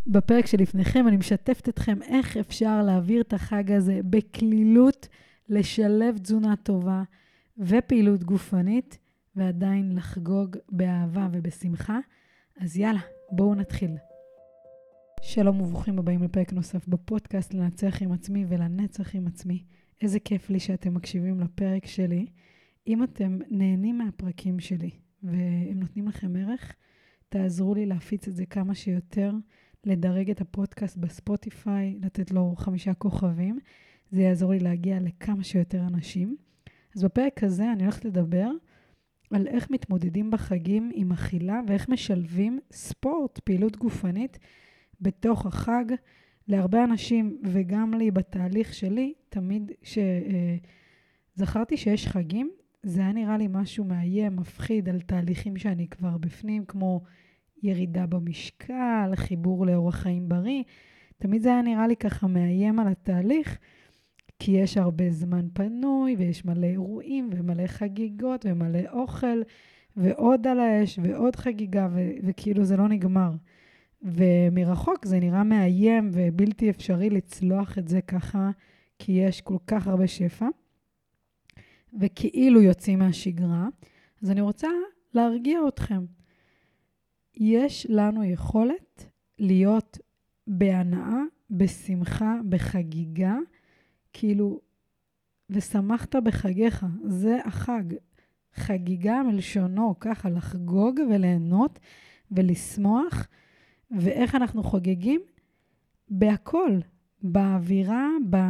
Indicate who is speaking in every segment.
Speaker 1: בפרק שלפניכם אני משתפת אתכם איך אפשר להעביר את החג הזה בקלילות, לשלב תזונה טובה ופעילות גופנית, ועדיין לחגוג באהבה ובשמחה. אז יאללה, בואו נתחיל. שלום וברוכים הבאים לפרק נוסף בפודקאסט לנצח עם עצמי ולנצח עם עצמי. איזה כיף לי שאתם מקשיבים לפרק שלי. אם אתם נהנים מהפרקים שלי והם נותנים לכם ערך, תעזרו לי להפיץ את זה כמה שיותר, לדרג את הפודקאסט בספוטיפיי, לתת לו 5 כוכבים. זה יעזור לי להגיע לכמה שיותר אנשים. אז בפרק הזה אני הולכת לדבר על איך מתמודדים בחגים עם אכילה, ואיך משלבים ספורט, פעילות גופנית, בתוך החג. להרבה אנשים וגם לי בתהליך שלי, תמיד שזכרתי שיש חגים, זה היה נראה לי משהו מאיים, מפחיד על תהליכים שאני כבר בפנים, כמו ירידה במשקל, חיבור לאורח חיים בריא. תמיד זה היה נראה לי ככה מאיים על התהליך, כי יש הרבה זמן פנוי, ויש מלא אירועים, ומלא חגיגות, ומלא אוכל, ועוד על האש, ועוד חגיגה, וכאילו זה לא נגמר. ומרחוק זה נראה מאיים, ובלתי אפשרי לצלוח את זה ככה, כי יש כל כך הרבה שפע, וכאילו יוצאים מהשגרה. אז אני רוצה להרגיע אתכם. יש לנו יכולת להיות בהנאה, בשמחה, בחגיגה, כאילו, ושמחת בחגיך. זה החג. חגיגה מלשונו, ככה לחגוג וליהנות ולשמוח. ואיך אנחנו חוגגים? בהכל. באווירה,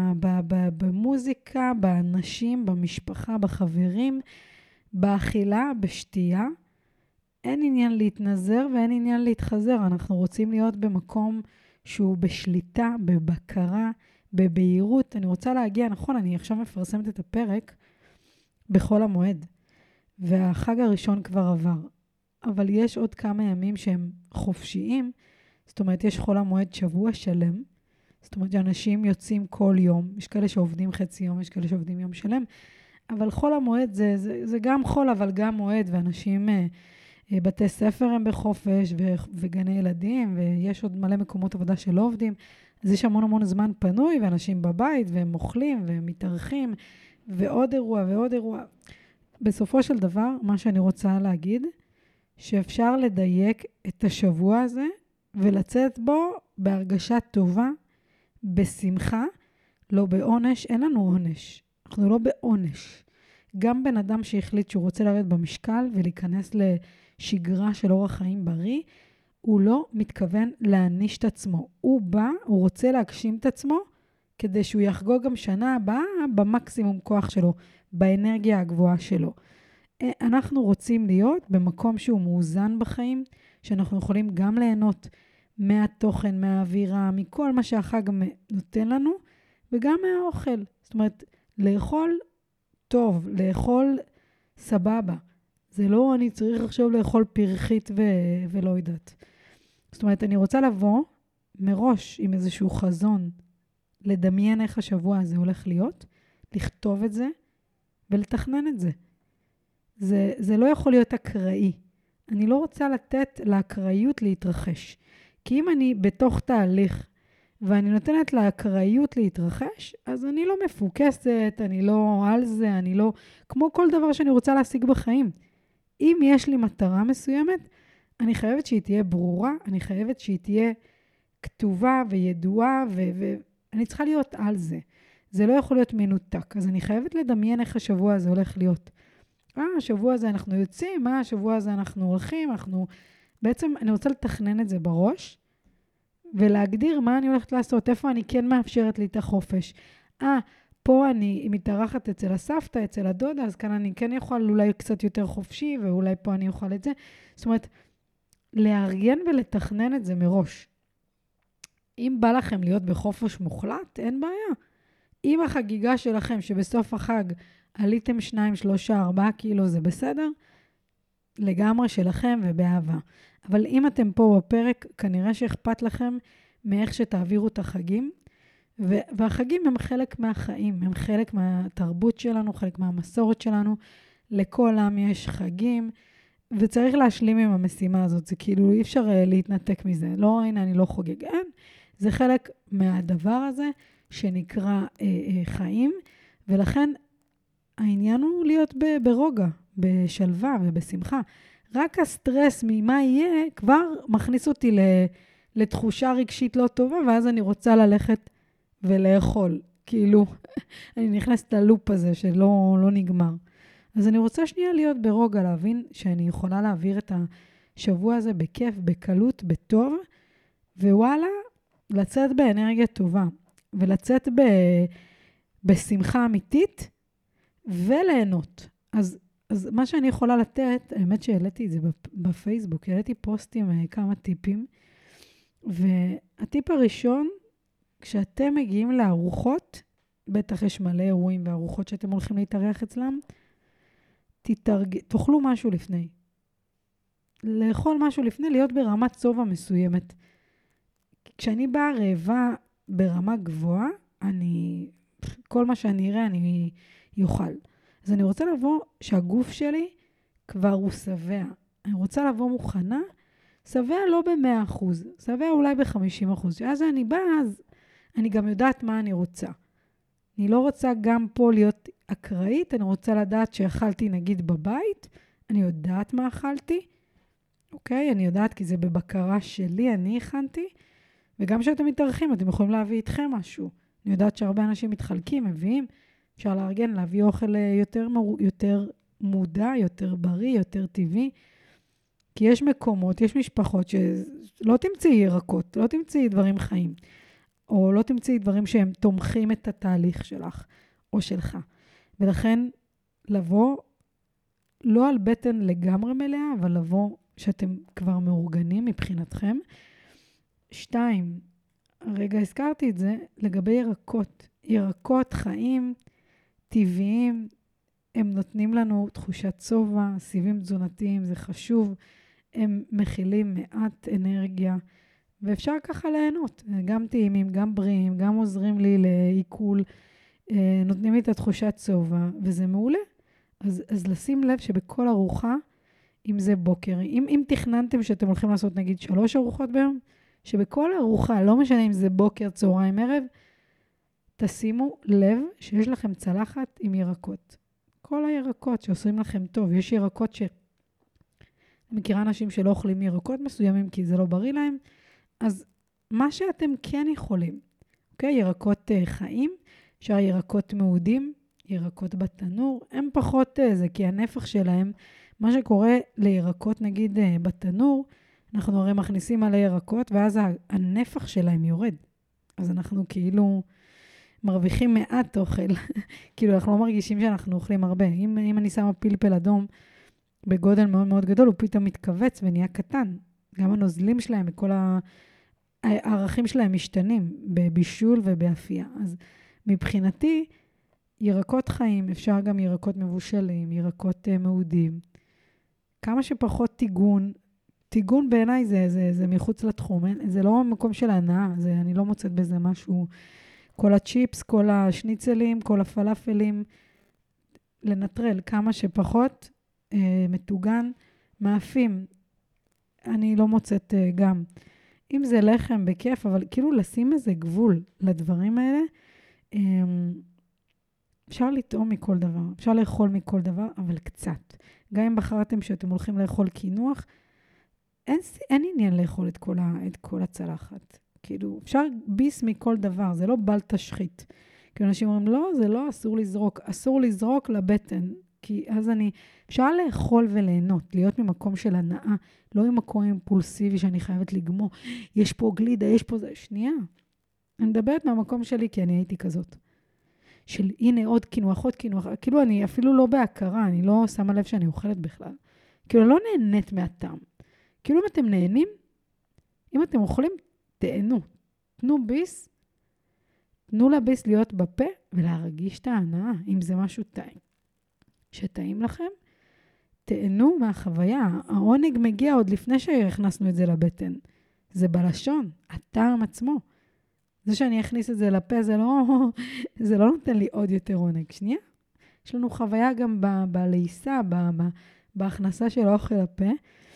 Speaker 1: במוזיקה, באנשים, במשפחה, בחברים, באכילה, בשתייה. אין עניין להתנזר ואין עניין להתחזר. אנחנו רוצים להיות במקום שהוא בשליטה, בבקרה, בבהירות. אני רוצה להגיע, נכון, אני עכשיו מפרסמת את הפרק בחול המועד. והחג הראשון כבר עבר. אבל יש עוד כמה ימים שהם חופשיים. זאת אומרת, יש חול המועד שבוע שלם. זאת אומרת, שאנשים יוצאים כל יום. יש כאלה שעובדים חצי יום, יש כאלה שעובדים יום שלם. אבל חול המועד זה גם חול, אבל גם מועד, ואנשים בתי ספר הם בחופש, וגני ילדים, ויש עוד מלא מקומות עבודה שלא עובדים. אז יש המון זמן פנוי, ואנשים בבית, והם אוכלים, והם מתארחים, ועוד אירוע ועוד אירוע. בסופו של דבר, מה שאני רוצה להגיד, שאפשר לדייק את השבוע הזה, ולצאת בו בהרגשה טובה, בשמחה, לא בעונש. אין לנו עונש. אנחנו לא בעונש. גם בן אדם שהחליט שהוא רוצה לרדת במשקל ולהיכנס לשגרה של אורח חיים בריא, הוא לא מתכוון להעניש את עצמו. הוא בא, הוא רוצה להגשים את עצמו, כדי שהוא יחגוג גם שנה הבאה במקסימום כוח שלו, באנרגיה הגבוהה שלו. אנחנו רוצים להיות במקום שהוא מאוזן בחיים, שאנחנו יכולים גם ליהנות מהתוכן, מהאווירה, מכל מה שהחג נותן לנו, וגם מהאוכל. זאת אומרת, לאכול טוב, לאכול סבבה. זה לא אני צריך עכשיו לאכול פרחית ולא יודעת. זאת אומרת, אני רוצה לבוא מראש עם איזשהו חזון, לדמיין איך השבוע הזה הולך להיות, לכתוב את זה ולתכנן את זה. זה לא יכול להיות אקראי. אני לא רוצה לתת לאקראיות להתרחש. כי אם אני בתוך תהליך ואני נותנת לאקראיות להתרחש, אז אני לא מפוקסת, אני לא על זה, אני לא, כמו כל דבר שאני רוצה להשיג בחיים. אם יש לי מטרה מסוימת, אני חייבת שהיא תהיה ברורה, אני חייבת שהיא תהיה כתובה וידועה, ואני צריכה להיות על זה. זה לא יכול להיות מנותק, אז אני חייבת לדמיין איך השבוע הזה הולך להיות. השבוע הזה אנחנו יוצאים, השבוע הזה אנחנו הולכים, בעצם אני רוצה לתכנן את זה בראש, ולהגדיר מה אני הולכת לעשות, איפה אני כן מאפשרת לי את החופש. פה אני מתארחת אצל הסבתא, אצל הדודה, אז כאן אני כן יכול אולי קצת יותר חופשי, ואולי פה אני אוכל את זה. זאת אומרת, לארגן ולתכנן את זה מראש. אם בא לכם להיות בחופש מוחלט, אין בעיה. אם החגיגה שלכם שבסוף החג עליתם 2, 3, 4 קילו, זה בסדר? לגמרי שלכם ובאהבה. אבל אם אתם פה בפרק, כנראה שאכפת לכם מאיך שתעבירו את החגים, והחגים הם חלק מהחיים, הם חלק מהתרבות שלנו, חלק מהמסורת שלנו. לכל עם יש חגים, וצריך להשלים עם המשימה הזאת, זה כאילו אי אפשר להתנתק מזה. לא, הנה, אני לא חוגג. אין, זה חלק מהדבר הזה שנקרא חיים, ולכן העניין הוא להיות ברוגע, בשלווה ובשמחה. רק הסטרס ממה יהיה כבר מכניס אותי לתחושה רגשית לא טובה, ואז אני רוצה ללכת ולאכול. כאילו, אני נכנסת ללופ הזה שלא נגמר. אז אני רוצה שנייה להיות ברוגע, להבין שאני יכולה להעביר את השבוע הזה בכיף, בקלות, בטוב, ווואלה, לצאת באנרגיה טובה, ולצאת בשמחה אמיתית, וליהנות. אז מה שאני יכולה לתת, האמת שהעליתי את זה בפייסבוק, העליתי פוסטים, כמה טיפים, והטיפ הראשון, כשאתם מגיעים לארוחות, בטח יש מלא אירועים וארוחות שאתם הולכים להתארח אצלם, תאכלו משהו לפני. לאכול משהו לפני, להיות ברמת סובה מסוימת. כשאני באה רעבה ברמה גבוהה, כל מה שאני אראה אני יאכל. אז אני רוצה לבוא שהגוף שלי כבר הוא שבע. אני רוצה לבוא מוכנה, שבע לא ב100%, שבע אולי ב50%. אז אני באה, אז אני גם יודעת מה אני רוצה. אני לא רוצה גם פה להיות אקראית, אני רוצה לדעת שאכלתי נגיד בבית, אני יודעת מה אכלתי, אוקיי? אני יודעת כי זה בבקרה שלי, אני הכנתי, וגם כשאתם מתארחים, אתם יכולים להביא איתכם משהו. אני יודעת שהרבה אנשים מתחלקים, מביאים, אפשר לארגן, להביא אוכל יותר מודע, יותר בריא, יותר טבעי, כי יש מקומות, יש משפחות שלא תמצאי ירקות, לא תמצאי דברים חיים, או לא תמצאי דברים שהם תומכים את התהליך שלך או שלך. ולכן לבוא, לא על בטן לגמרי מלאה, אבל לבוא שאתם כבר מאורגנים מבחינתכם. 2, רגע הזכרתי את זה, לגבי ירקות. ירקות חיים, טבעיים, הם נותנים לנו תחושת סובה, סיבים תזונתיים, זה חשוב, הם מכילים מעט אנרגיה, ואפשר ככה ליהנות, גם טעימים, גם בריאים, גם עוזרים לי לעיכול, נותנים לי את התחושת סובה, וזה מעולה. אז לשים לב שבכל ארוחה, אם זה בוקר, אם תכננתם שאתם הולכים לעשות נגיד 3 ארוחות ביום, שבכל ארוחה, לא משנה אם זה בוקר, צהריים, ערב, תשימו לב שיש לכם צלחת עם ירקות. כל הירקות שעושים לכם טוב, יש ירקות אני מכירה אנשים שלא אוכלים ירקות מסוימים כי זה לא בריא להם, אז מה שאתם כן יכולים, אוקיי? ירקות חיים, אפשר ירקות מעודים, ירקות בתנור, הם פחות זה, כי הנפח שלהם, מה שקורה לירקות נגיד בתנור, אנחנו הרי מכניסים מלא ירקות, ואז הנפח שלהם יורד. אז אנחנו כאילו מרוויחים מעט אוכל, כאילו אנחנו לא מרגישים שאנחנו אוכלים הרבה. אם אני שמה פלפל אדום בגודל מאוד מאוד גדול, הוא פתאום מתכווץ ונהיה קטן. גם הנוזלים שלהם, כל הערכים שלהם משתנים בבישול ובאפייה. אז מבחינתי, ירקות חיים, אפשר גם ירקות מבושלים, ירקות מעודים. כמה שפחות טיגון בעיניי זה מחוץ לתחום, זה לא מקום של הנאה, אני לא מוצאת בזה משהו, כל הצ'יפס, כל השניצלים, כל הפלאפלים, לנטרל כמה שפחות מטוגן, מאפים, אני לא מוצאת גם. אם זה לחם בכיף, אבל כאילו לשים איזה גבול לדברים האלה, אפשר לטעום מכל דבר, אפשר לאכול מכל דבר, אבל קצת. גם אם בחרתם שאתם הולכים לאכול קינוח, אין עניין לאכול את כל הצלחת. כאילו, אפשר ביס מכל דבר, זה לא בל תשחית. כי אנשים אומרים, לא, זה לא, אסור לזרוק לבטן. כי אז אפשר לאכול וליהנות, להיות ממקום של הנאה, לא ממקום אימפולסיבי שאני חייבת לגמור. יש פה גלידה, יש פה זה. שנייה. אני מדברת מהמקום שלי, כי אני הייתי כזאת. של הנה עוד קינוח, כאילו אני אפילו לא בהכרה, אני לא שמה לב שאני אוכלת בכלל. כאילו לא נהנית מהטעם. כאילו אם אתם נהנים, אם אתם אוכלים, תהנו. תנו ביס, תנו לביס להיות בפה ולהרגיש את ההנאה, אם זה משהו טעים. שטעים לכם, תהנו מהחוויה. העונג מגיע עוד לפני שהכנסנו את זה לבטן. זה בלשון, הטעם עצמו. זה שאני אכניס את זה לפה, זה לא נותן לי עוד יותר עונג. שנייה, יש לנו חוויה גם בלעיסה, בהכנסה של האוכל לפה,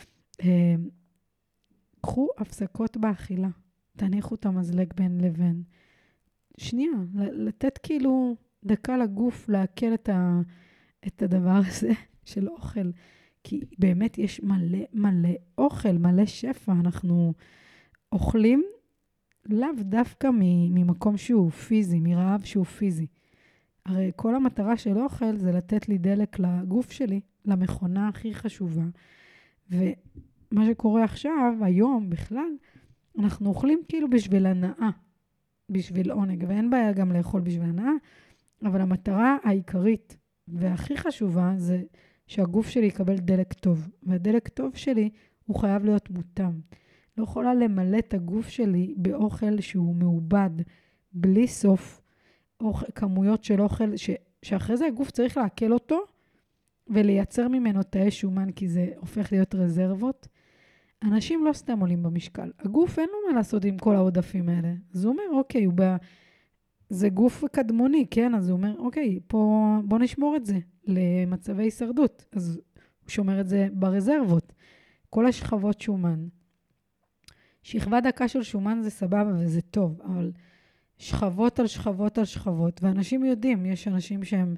Speaker 1: קחו הפסקות באכילה, תניחו את המזלג בין לבין. שנייה, לתת כאילו דקה לגוף לעכל את הדבר הזה של אוכל. כי באמת יש מלא אוכל, מלא שפע. אנחנו אוכלים לאו דווקא ממקום שהוא פיזי, מרעב שהוא פיזי. הרי כל המטרה של אוכל זה לתת לי דלק לגוף שלי, למכונה הכי חשובה. ומה שקורה עכשיו, היום בכלל, אנחנו אוכלים כאילו בשביל הנאה, בשביל עונג, ואין בעיה גם לאכול בשביל הנאה, אבל המטרה העיקרית והכי חשובה זה שהגוף שלי יקבל דלק טוב, והדלק טוב שלי הוא חייב להיות מותם. לא יכולה למלא את הגוף שלי באוכל שהוא מעובד, בלי סוף, כמויות של אוכל, שאחרי זה הגוף צריך לעכל אותו, ולייצר ממנו תאי שומן, כי זה הופך להיות רזרבות. אנשים לא סתם עולים במשקל. הגוף אין לו מה לעשות עם כל העודפים האלה. אז הוא אומר, אוקיי, זה גוף קדמוני, כן? אז הוא אומר, אוקיי, בוא נשמור את זה למצבי הישרדות. אז הוא שומר את זה ברזרבות. כל השכבות שומן. שכבה דקה של שומן זה סבבה וזה טוב, אבל שכבות על שכבות על שכבות, ואנשים יודעים, יש אנשים שהם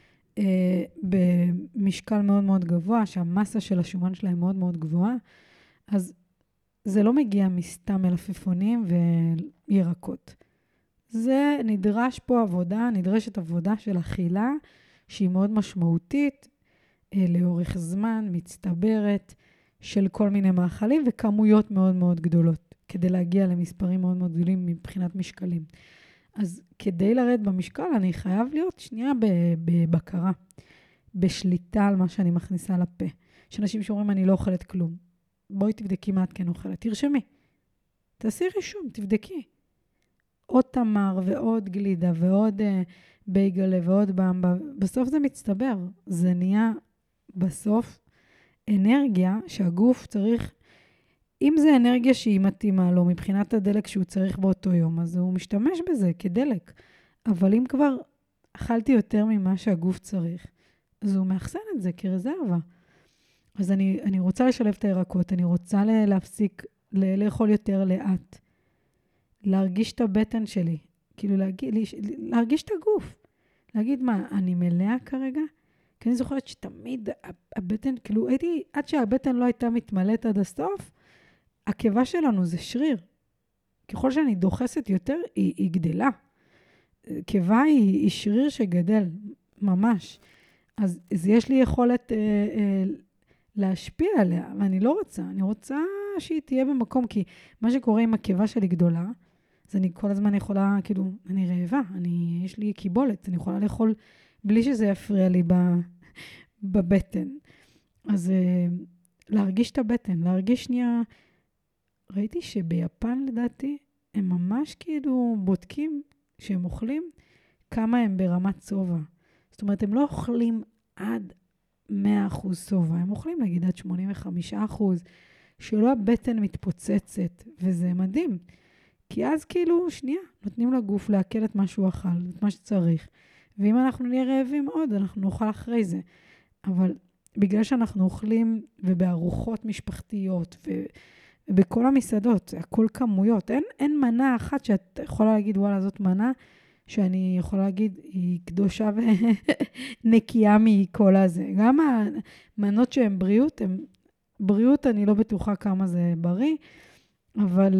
Speaker 1: במשקל מאוד מאוד גבוה, שהמסה של השומן שלהם מאוד מאוד גבוהה, אז זה לא מגיע מסתם מלפפונים וירקות. זה נדרש פה עבודה, נדרשת עבודה של אכילה, שהיא מאוד משמעותית, לאורך זמן, מצטברת, של כל מיני מאכלים, וכמויות מאוד מאוד גדולות, כדי להגיע למספרים מאוד מאוד גדולים מבחינת משקלים. אז כדי לרדת במשקל, אני חייב להיות שנייה בבקרה, בשליטה על מה שאני מכניסה לפה. יש אנשים שאומרים, אני לא אוכלת כלום. בואי תבדקי מה את כן אוכלת. תרשמי. תעשי רישום, תבדקי. עוד תמר ועוד גלידה ועוד בייגלה ועוד במבה. בסוף זה מצטבר. זה נהיה בסוף אנרגיה שהגוף צריך, אם זה אנרגיה שהיא מתאימה לו מבחינת הדלק שהוא צריך באותו יום, אז הוא משתמש בזה כדלק. אבל אם כבר אכלתי יותר ממה שהגוף צריך, אז הוא מאחסן את זה כרזרבה. אז אני רוצה לשלב את הירקות, אני רוצה להפסיק לאכול יותר לאט. להרגיש את הבטן שלי, כאילו להרגיש את הגוף. להגיד מה, אני מלאה כרגע? כי אני זוכרת שתמיד הבטן, כאילו הייתי, עד שהבטן לא הייתה מתמלאת עד הסוף, הקיבה שלנו זה שריר. ככל שאני דוחסת יותר, היא גדלה. קיבה היא שריר שגדל, ממש. אז יש לי יכולת להשפיע עליה, ואני לא רוצה. אני רוצה שהיא תהיה במקום, כי מה שקורה עם הקיבה שלי גדולה, אז אני כל הזמן יכולה, כאילו, אני רעבה, יש לי קיבולת, אני יכולה לאכול בלי שזה יפריע לי בבטן. אז להרגיש את הבטן, להרגיש שנייה, ראיתי שביפן לדעתי, הם ממש כאילו בודקים שהם אוכלים, כמה הם ברמת סובה. זאת אומרת, הם לא אוכלים עד 100% סובה, הם אוכלים נגיד עד 85%, שלא הבטן מתפוצצת, וזה מדהים. כי אז כאילו, שנייה, נותנים לגוף לעכל את מה שהוא אכל, את מה שצריך. ואם אנחנו נהיה רעבים עוד, אנחנו נאכל אחרי זה. אבל בגלל שאנחנו אוכלים, ובארוחות משפחתיות, ובכל המסעדות, זה הכל כמויות. אין מנה אחת שאת יכולה להגיד, וואלה, זאת מנה, שאני יכולה להגיד, היא קדושה ונקייה מכל הזה. גם המנות שהן בריאות, בריאות אני לא בטוחה כמה זה בריא, אבל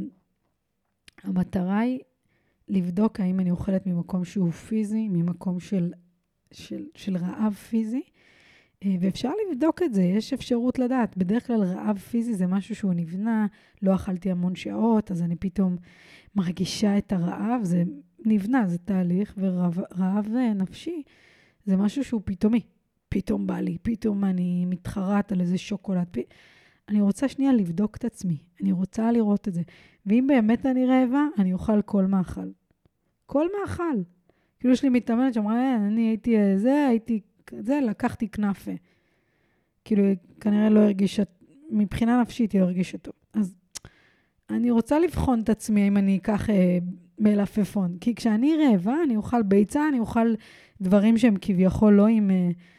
Speaker 1: המטרה היא לבדוק האם אני אוכלת ממקום שהוא פיזי, ממקום של רעב פיזי, ואפשר לבדוק את זה, יש אפשרות לדעת. בדרך כלל רעב פיזי זה משהו שהוא נבנה, לא אכלתי המון שעות, אז אני פתאום מרגישה את הרעב, זה נבנה, זה תהליך, ורעב נפשי זה משהו שהוא פתאומי. פתאום בא לי, פתאום אני מתחרט על איזה שוקולד. אני רוצה שנייה לבדוק את עצמי, אני רוצה לראות את זה. ואם באמת אני רעבה, אני אוכל כל מאכל. כל מאכל. כאילו יש לי מתאמנת שאמרה, אני הייתי זה, לקחתי כנפה. כאילו כנראה לא הרגישה, מבחינה נפשית היא לא הרגישה טוב. אז אני רוצה לבחון את עצמי אם אני אקח מלפפון. כי כשאני רעבה, אני אוכל ביצה, אני אוכל דברים שהם כביכול לא עם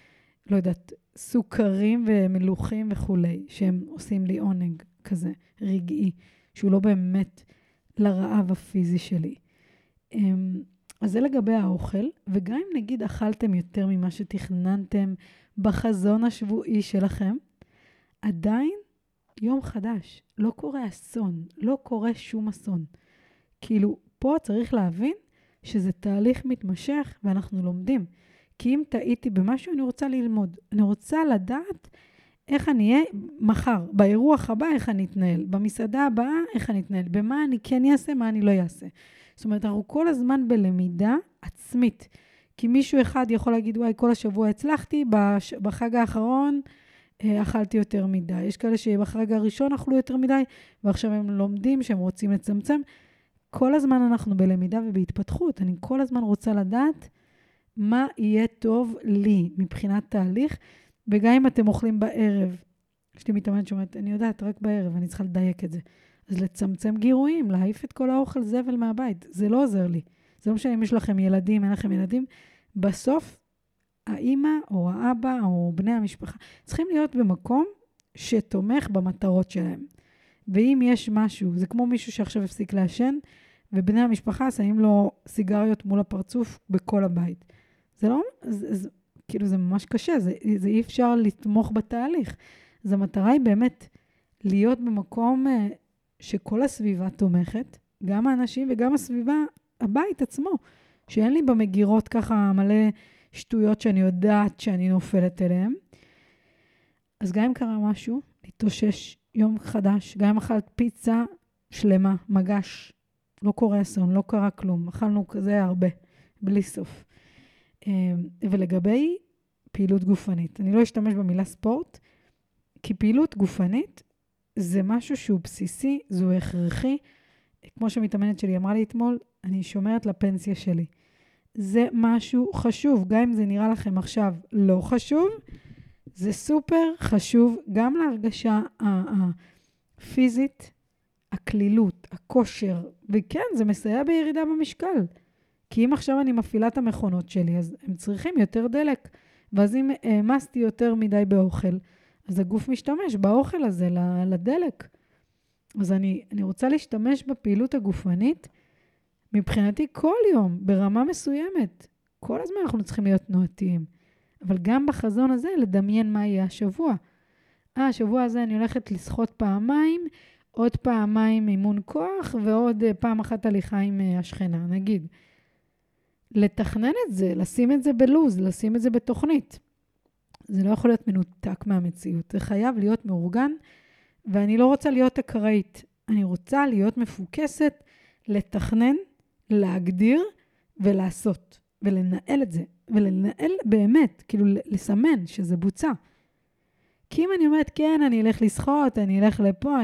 Speaker 1: לא יודעת, סוכרים ומלוחים וכולי, שהם עושים לי עונג כזה רגעי, שהוא לא באמת לרעב הפיזי שלי. אז זה לגבי האוכל, וגם אם נגיד אכלתם יותר ממה שתכננתם בחזון השבועי שלכם, עדיין יום חדש, לא קורה אסון, לא קורה שום אסון. כאילו, פה צריך להבין שזה תהליך מתמשך ואנחנו לומדים. כי אם טעיתי במשהו, אני רוצה ללמוד. אני רוצה לדעת איך אני אהיה מחר, באירוח הבא, איך אני אתנהל, במסעדה הבאה, איך אני אתנהל, במה אני כן אעשה, מה אני לא אעשה. זאת אומרת, אנחנו כל הזמן בלמידה עצמית. כי מישהו אחד יכול להגיד, וואי, כל השבוע הצלחתי, בחג האחרון אכלתי יותר מדי. יש כאלה שבחג הראשון אכלו יותר מדי, ועכשיו הם לומדים שהם רוצים לצמצם. כל הזמן אנחנו בלמידה ובהתפתחות. אני כל הזמן רוצה לדעת מה יהיה טוב לי מבחינת תהליך, וגם אם אתם אוכלים בערב, יש לי מתאמנת שאומרת, אני יודעת, רק בערב, אני צריכה לדייק את זה. אז לצמצם גירויים, להעיף את כל האוכל זבל מהבית, זה לא עוזר לי. זה לא משנה אם יש לכם ילדים, אין לכם ילדים. בסוף, האמא או האבא או בני המשפחה צריכים להיות במקום שתומך במטרות שלהם. ואם יש משהו, זה כמו מישהו שעכשיו הפסיק לעשן, ובני המשפחה שמים לו סיגריות מול הפרצוף בכל הבית. זה לא, כאילו זה ממש קשה, זה אי אפשר לתמוך בתהליך. אז המטרה היא באמת להיות במקום שכל הסביבה תומכת, גם האנשים וגם הסביבה, הבית עצמו, שאין לי במגירות ככה מלא שטויות שאני יודעת שאני נופלת אליהן. אז גם אם קרה משהו, להתאושש יום חדש, גם אם אכלת פיצה שלמה, מגש, לא קורה אסון, לא קרה כלום, אכלנו כזה הרבה, בלי סוף. ולגבי פעילות גופנית, אני לא אשתמש במילה ספורט, כי פעילות גופנית זה משהו שהוא בסיסי, זו הכרחי. כמו שמתאמנת שלי אמרה לי אתמול, אני שומרת לפנסיה שלי. זה משהו חשוב, גם אם זה נראה לכם עכשיו לא חשוב, זה סופר חשוב גם להרגשה הפיזית, הכלילות, הכושר, וכן, זה מסייע בירידה במשקל. כי אם עכשיו אני מפעילה את המכונות שלי, אז הם צריכים יותר דלק, ואז אם העמסתי יותר מדי באוכל, אז הגוף משתמש באוכל הזה לדלק. אז אני רוצה להשתמש בפעילות הגופנית, מבחינתי כל יום, ברמה מסוימת. כל הזמן אנחנו צריכים להיות תנועתיים. אבל גם בחזון הזה, לדמיין מה יהיה השבוע. השבוע הזה אני הולכת לשחות פעמיים, עוד פעמיים אימון כוח, ועוד פעם אחת הליכה עם השכנה, נגיד. לתכנן את זה, לשים את זה בלוז, לשים את זה בתוכנית. זה לא יכול להיות מנותק מהמציאות. זה חייב להיות מאורגן, ואני לא רוצה להיות אקראית. אני רוצה להיות מפוקסת, לתכנן, להגדיר ולעשות, ולנהל את זה. ולנהל באמת, כאילו לסמן שזה בוצע. כי אם אני אומרת, כן, אני אלך לשחות, אני אלך לפה,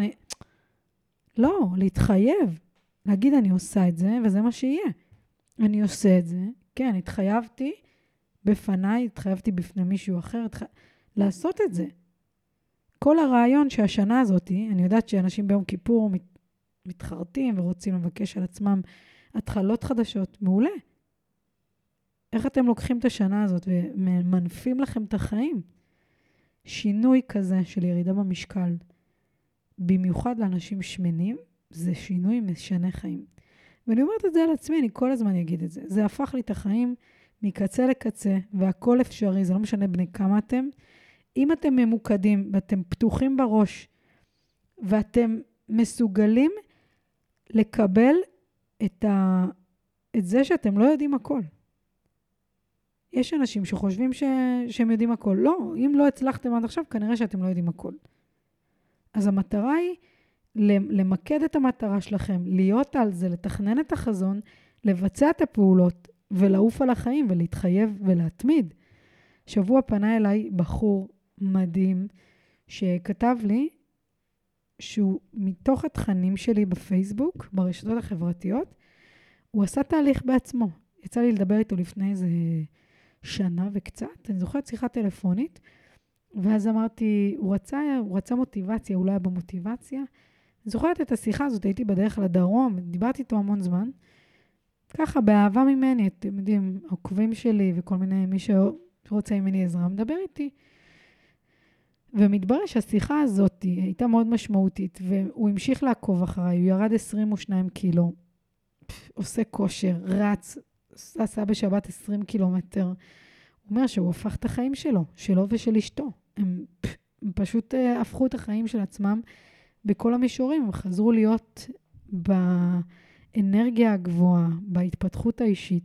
Speaker 1: לא, להתחייב. להגיד, אני עושה את זה, וזה מה שיהיה. אני עושה את זה, כן, התחייבתי בפניי, התחייבתי בפני מישהו אחר, לעשות את זה. כל הרעיון שהשנה הזאת, אני יודעת שאנשים ביום כיפור מתחרטים ורוצים לבקש על עצמם התחלות חדשות, מעולה. איך אתם לוקחים את השנה הזאת ומנפים לכם את החיים? שינוי כזה של ירידה במשקל, במיוחד לאנשים שמנים, זה שינוי משנה חיים. ואני אומרת את זה על עצמי, אני כל הזמן אגיד את זה. זה הפך לי את החיים מקצה לקצה, והכל אפשרי, זה לא משנה בני כמה אתם. אם אתם ממוקדים ואתם פתוחים בראש, ואתם מסוגלים לקבל את זה שאתם לא יודעים הכל. יש אנשים שחושבים שהם יודעים הכל. לא, אם לא הצלחתם עד עכשיו, כנראה שאתם לא יודעים הכל. אז המטרה היא למקד את המטרה שלכם, להיות על זה, לתכנן את החזון, לבצע את הפעולות ולעוף על החיים ולהתחייב ולהתמיד. שבוע פנה אליי בחור מדהים שכתב לי שהוא מתוך התכנים שלי בפייסבוק, ברשתות החברתיות, הוא עשה תהליך בעצמו. יצא לי לדבר איתו לפני איזה שנה וקצת, אני זוכרת שיחה טלפונית, ואז אמרתי, הוא רצה מוטיבציה, אולי במוטיבציה. אני זוכרת את השיחה הזאת, הייתי בדרך לדרום, דיברתי איתו המון זמן, ככה באהבה ממני, אתם יודעים, העוקבים שלי וכל מיני, מי רוצה ממני עזרה, מדבר איתי. ומתברר שהשיחה הזאת הייתה מאוד משמעותית, והוא המשיך לעקוב אחריי, הוא ירד 22 קילו, עושה כושר, רץ, עשה בשבת 20 קילומטר. הוא אומר שהוא הפך את החיים שלו ושל אשתו. הם פשוט הפכו את החיים של עצמם בכל המישורים, הם חזרו להיות באנרגיה הגבוהה, בהתפתחות האישית.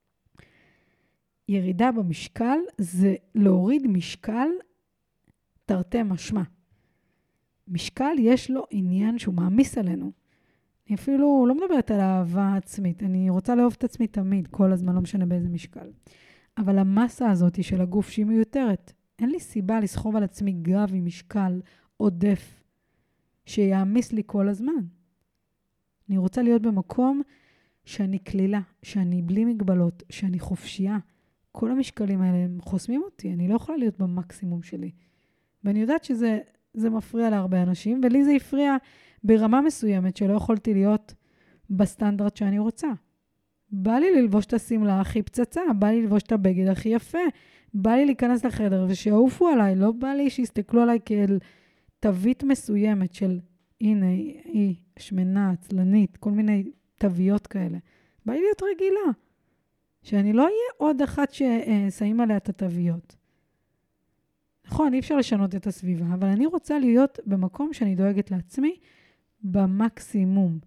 Speaker 1: ירידה במשקל זה להוריד משקל תרתי משמע. משקל יש לו עניין שהוא מעמיס עלינו. אני אפילו לא מדברת על אהבה עצמית, אני רוצה לאהוב את עצמי תמיד, כל הזמן, לא משנה באיזה משקל. אבל המסה הזאת של הגוף שהיא מיותרת, אין לי סיבה לסחוב על עצמי גב עם משקל עודף, שיעמיס לי כל הזמן. אני רוצה להיות במקום שאני כלילה, שאני בלי מגבלות, שאני חופשייה. כל המשקלים האלה הם חוסמים אותי, אני לא יכולה להיות במקסימום שלי. ואני יודעת שזה מפריע להרבה אנשים, ולי זה הפריע ברמה מסוימת שלא יכולתי להיות בסטנדרט שאני רוצה. בא לי ללבוש את הסמלה הכי פצצה, בא לי ללבוש את הבגד הכי יפה, בא לי להיכנס לחדר ושיעופו עליי, לא בא לי שיסתכלו עליי כאל תווית מסוימת של הנה, היא שמנה, עצלנית, כל מיני תוויות כאלה. בא לי להיות רגילה, שאני לא אהיה עוד אחת ששמים עליה את התוויות. נכון, אי אפשר לשנות את הסביבה, אבל אני רוצה להיות במקום שאני דואגת לעצמי במקסימום.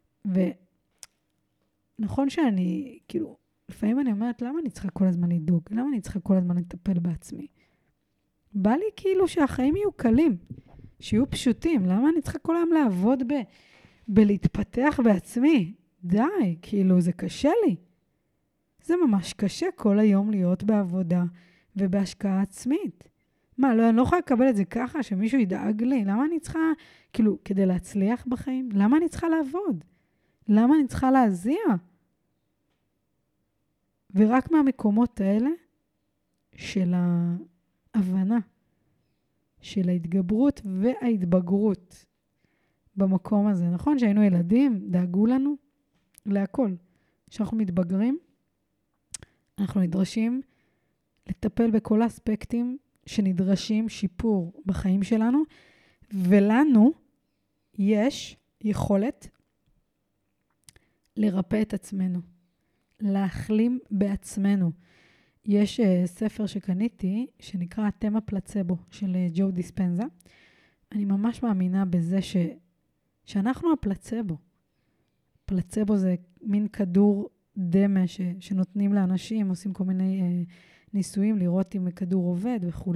Speaker 1: ונכון שאני, כאילו, לפעמים אני אומרת, למה אני צריכה כל הזמן לדאוג? למה אני צריכה כל הזמן לטפל בעצמי? בא לי כאילו שהחיים יהיו קלים, שיהיו פשוטים. למה אני צריכה כל היום לעבוד בלהתפתח בעצמי? די, כאילו, זה קשה לי. זה ממש קשה כל היום להיות בעבודה ובהשקעה עצמית. מה, אני לא יכולה לקבל את זה ככה, שמישהו ידאג לי? למה אני צריכה, כאילו, כדי להצליח בחיים? למה אני צריכה לעבוד? למה אני צריכה להזיע? ורק מהמקומות האלה של ההבנה, של ההתגברות וההתבגרות במקום הזה. נכון שהיינו ילדים, דאגו לנו להכל. כשאנחנו מתבגרים, אנחנו נדרשים לטפל בכל האספקטים שנדרשים שיפור בחיים שלנו, ולנו יש יכולת לרפא את עצמנו, להחלים בעצמנו. יש ספר שקניתי שנקרא תמה פלצבו של ג'ו דיספנזה. אני ממש מאמינה בזה שאנחנו הפלצבו. פלצבו זה מין כדור דמה שנותנים לאנשים, עושים כל מיני ניסויים לראות אם הכדור עובד וכו'.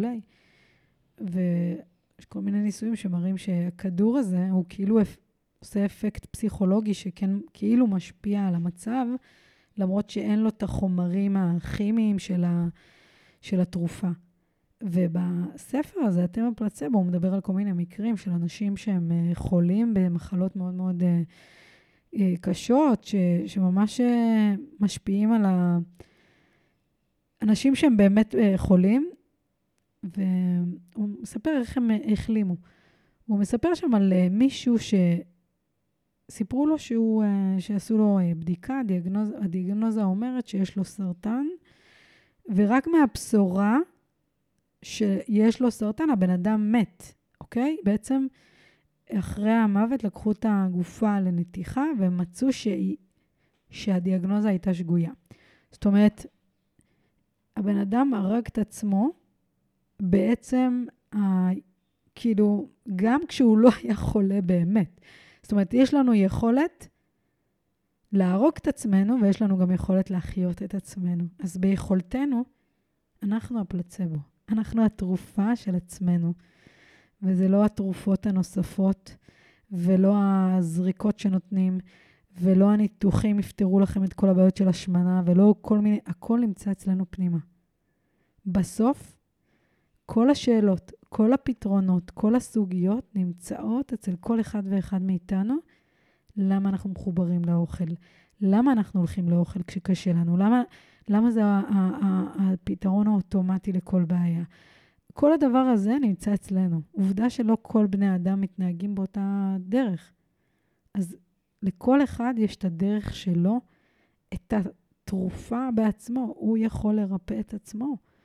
Speaker 1: ויש כל מיני ניסויים שמראים שהכדור הזה הוא כאילו עושה אפקט פסיכולוגי שכן כאילו משפיע על המצב, למרות שאין לו את החומרים הכימיים של התרופה. ובספר הזה, התמה פלצבו, הוא מדבר על כל מיני מקרים של אנשים שהם חולים במחלות מאוד מאוד קשות, שממש משפיעים על האנשים שהם באמת חולים, והוא מספר איך הם החלימו. הוא מספר שם על מישהו סיפרו לו שעשו לו בדיקה, הדיאגנוזה אומרת שיש לו סרטן, ורק מהבשורה שיש לו סרטן, הבן אדם מת, אוקיי? בעצם אחרי המוות לקחו את הגופה לנתיחה, ומצאו שהדיאגנוזה הייתה שגויה. זאת אומרת, הבן אדם הרג את עצמו, בעצם, כאילו, גם כשהוא לא היה חולה באמת. זאת אומרת, יש לנו יכולת להרוג את עצמנו, ויש לנו גם יכולת להחיות את עצמנו. אז ביכולתנו, אנחנו הפלצבו. אנחנו התרופה של עצמנו. וזה לא התרופות הנוספות, ולא הזריקות שנותנים, ולא הניתוחים יפתרו לכם את כל הבעיות של השמנה, ולא כל מיני, הכל נמצא אצלנו פנימה. בסוף, כל השאלות, כל הפתרונות, כל הסוגיות נמצאות אצל כל אחד ואחד מאיתנו. למה אנחנו מחוברים לאוכל? למה אנחנו הולכים לאוכל כשקשה לנו? למה זה הפתרון האוטומטי לכל בעיה? כל הדבר הזה נמצא אצלנו. עובדה שלא כל בני האדם מתנהגים באותה דרך. אז לכל אחד יש את הדרך שלו, את התרופה בעצמו. הוא יכול לרפא את עצמו.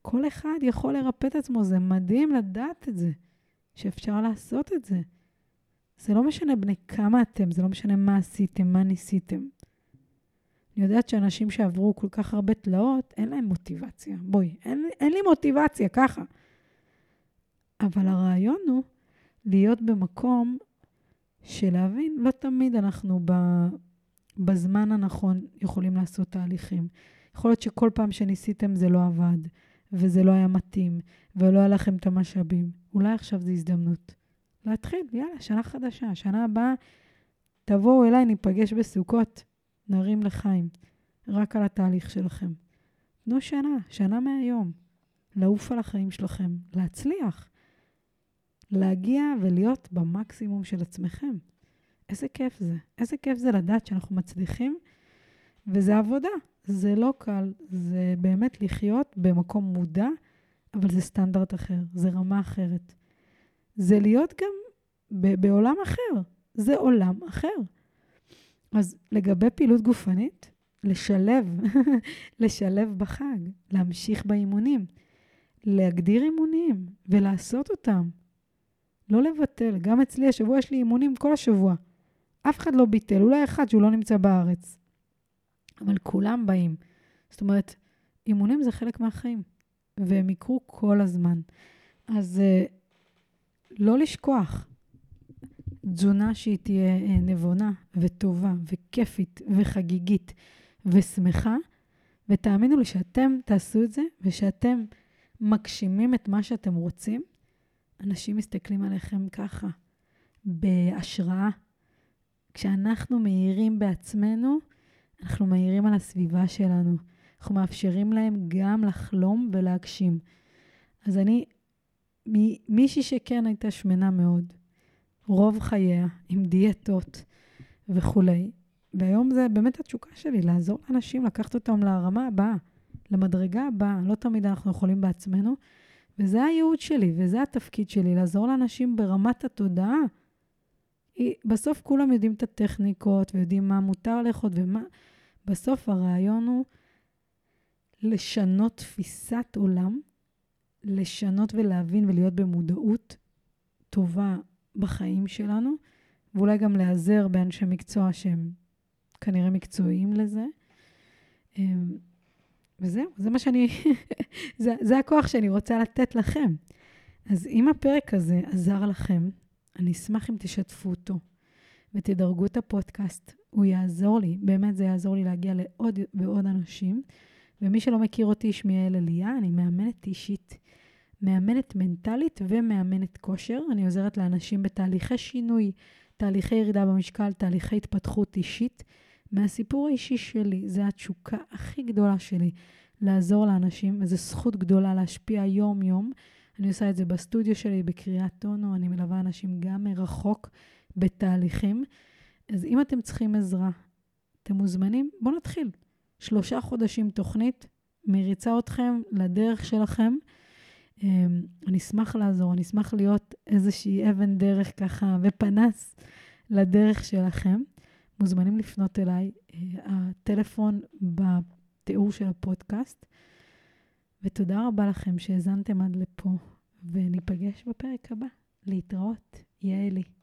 Speaker 1: כל אחד יכול לרפא את עצמו, זה מדהים לדעת את זה, שאפשר לעשות את זה. זה לא משנה בני כמה אתם, זה לא משנה מה עשיתם, מה ניסיתם. אני יודעת שאנשים שעברו כל כך הרבה תלאות, אין להם מוטיבציה. בואי, אין לי מוטיבציה, ככה. אבל הרעיון הוא להיות במקום של להבין, לא תמיד אנחנו בזמן הנכון יכולים לעשות תהליכים. יכול להיות שכל פעם שניסיתם זה לא עבד, וזה לא היה מתאים, ולא היה לכם את המשאבים. אולי עכשיו זו הזדמנות. להתחיל, יאללה, שנה חדשה, שנה הבאה, תבואו אליי, ניפגש בסוכות, נרים לחיים, רק על התהליך שלכם. תנו שנה מהיום, לעוף על החיים שלכם, להצליח, להגיע ולהיות במקסימום של עצמכם. איזה כיף זה. איזה כיף זה לדעת שאנחנו מצליחים, וזה עבודה. זה לא קל, זה באמת לחיות במקום מודע, אבל זה סטנדרט אחר, זה רמה אחרת. זה להיות גם בעולם אחר, זה עולם אחר. אז לגבי פעילות גופנית, לשלב בחג, להמשיך באימונים, להגדיר אימונים ולעשות אותם. לא לבטל, גם אצלי השבוע יש לי אימונים כל השבוע. אף אחד לא ביטל, אולי אחד שהוא לא נמצא בארץ. אבל כולם באים. זאת אומרת, אימונים זה חלק מהחיים, והם יקרו כל הזמן. אז לא לשכוח, תזונה שהיא תהיה נבונה וטובה וכיפית וחגיגית ושמחה, ותאמינו לי שאתם תעשו את זה, ושאתם מגשימים את מה שאתם רוצים, אנשים מסתכלים עליכם ככה, בהשראה. כשאנחנו מאירים בעצמנו, אנחנו מאירים על הסביבה שלנו. אנחנו מאפשרים להם גם לחלום ולהגשים. אז אני, מישהי שכן הייתה שמנה מאוד, רוב חייה, עם דיאטות וכולי, והיום זה באמת התשוקה שלי, לעזור לאנשים, לקחת אותם לרמה הבאה, למדרגה הבאה. לא תמיד אנחנו יכולים בעצמנו, וזה הייעוד שלי, וזה התפקיד שלי, לעזור לאנשים ברמת התודעה. בסוף כולם יודעים את הטכניקות, ויודעים מה מותר לאכול ומה. בסוף הרעיון הוא לשנות תפיסת עולם, לשנות ולהבין ולהיות במודעות טובה בחיים שלנו, ואולי גם להיעזר באנשי מקצוע שהם כנראה מקצועיים לזה. וזהו, זה מה שאני, זה הכוח שאני רוצה לתת לכם. אז אם הפרק הזה עזר לכם, אני אשמח אם תשתפו אותו, ותדרגו את הפודקאסט. הוא יעזור לי, באמת זה יעזור לי להגיע לעוד ועוד אנשים. ומי שלא מכיר אותי, שמי יעל אליה, אני מאמנת אישית, מאמנת מנטלית ומאמנת כושר. אני עוזרת לאנשים בתהליכי שינוי, תהליכי ירידה במשקל, תהליכי התפתחות אישית. מהסיפור האישי שלי, זה התשוקה הכי גדולה שלי, לעזור לאנשים, וזו זכות גדולה להשפיע יום-יום. אני עושה את זה בסטודיו שלי, בקריית אונו, אני מלווה אנשים גם מרחוק בתהליכים. אז אם אתם צריכים עזרה, אתם מוזמנים, בואו נתחיל. 3 חודשים תוכנית, מריצה אתכם לדרך שלכם. אני אשמח לעזור, אני אשמח להיות איזושהי אבן דרך ככה, ופנס לדרך שלכם. מוזמנים לפנות אליי, הטלפון בתיאור של הפודקאסט. ותודה רבה לכם שהזנתם עד לפה, וניפגש בפרק הבא. להתראות, יעלי.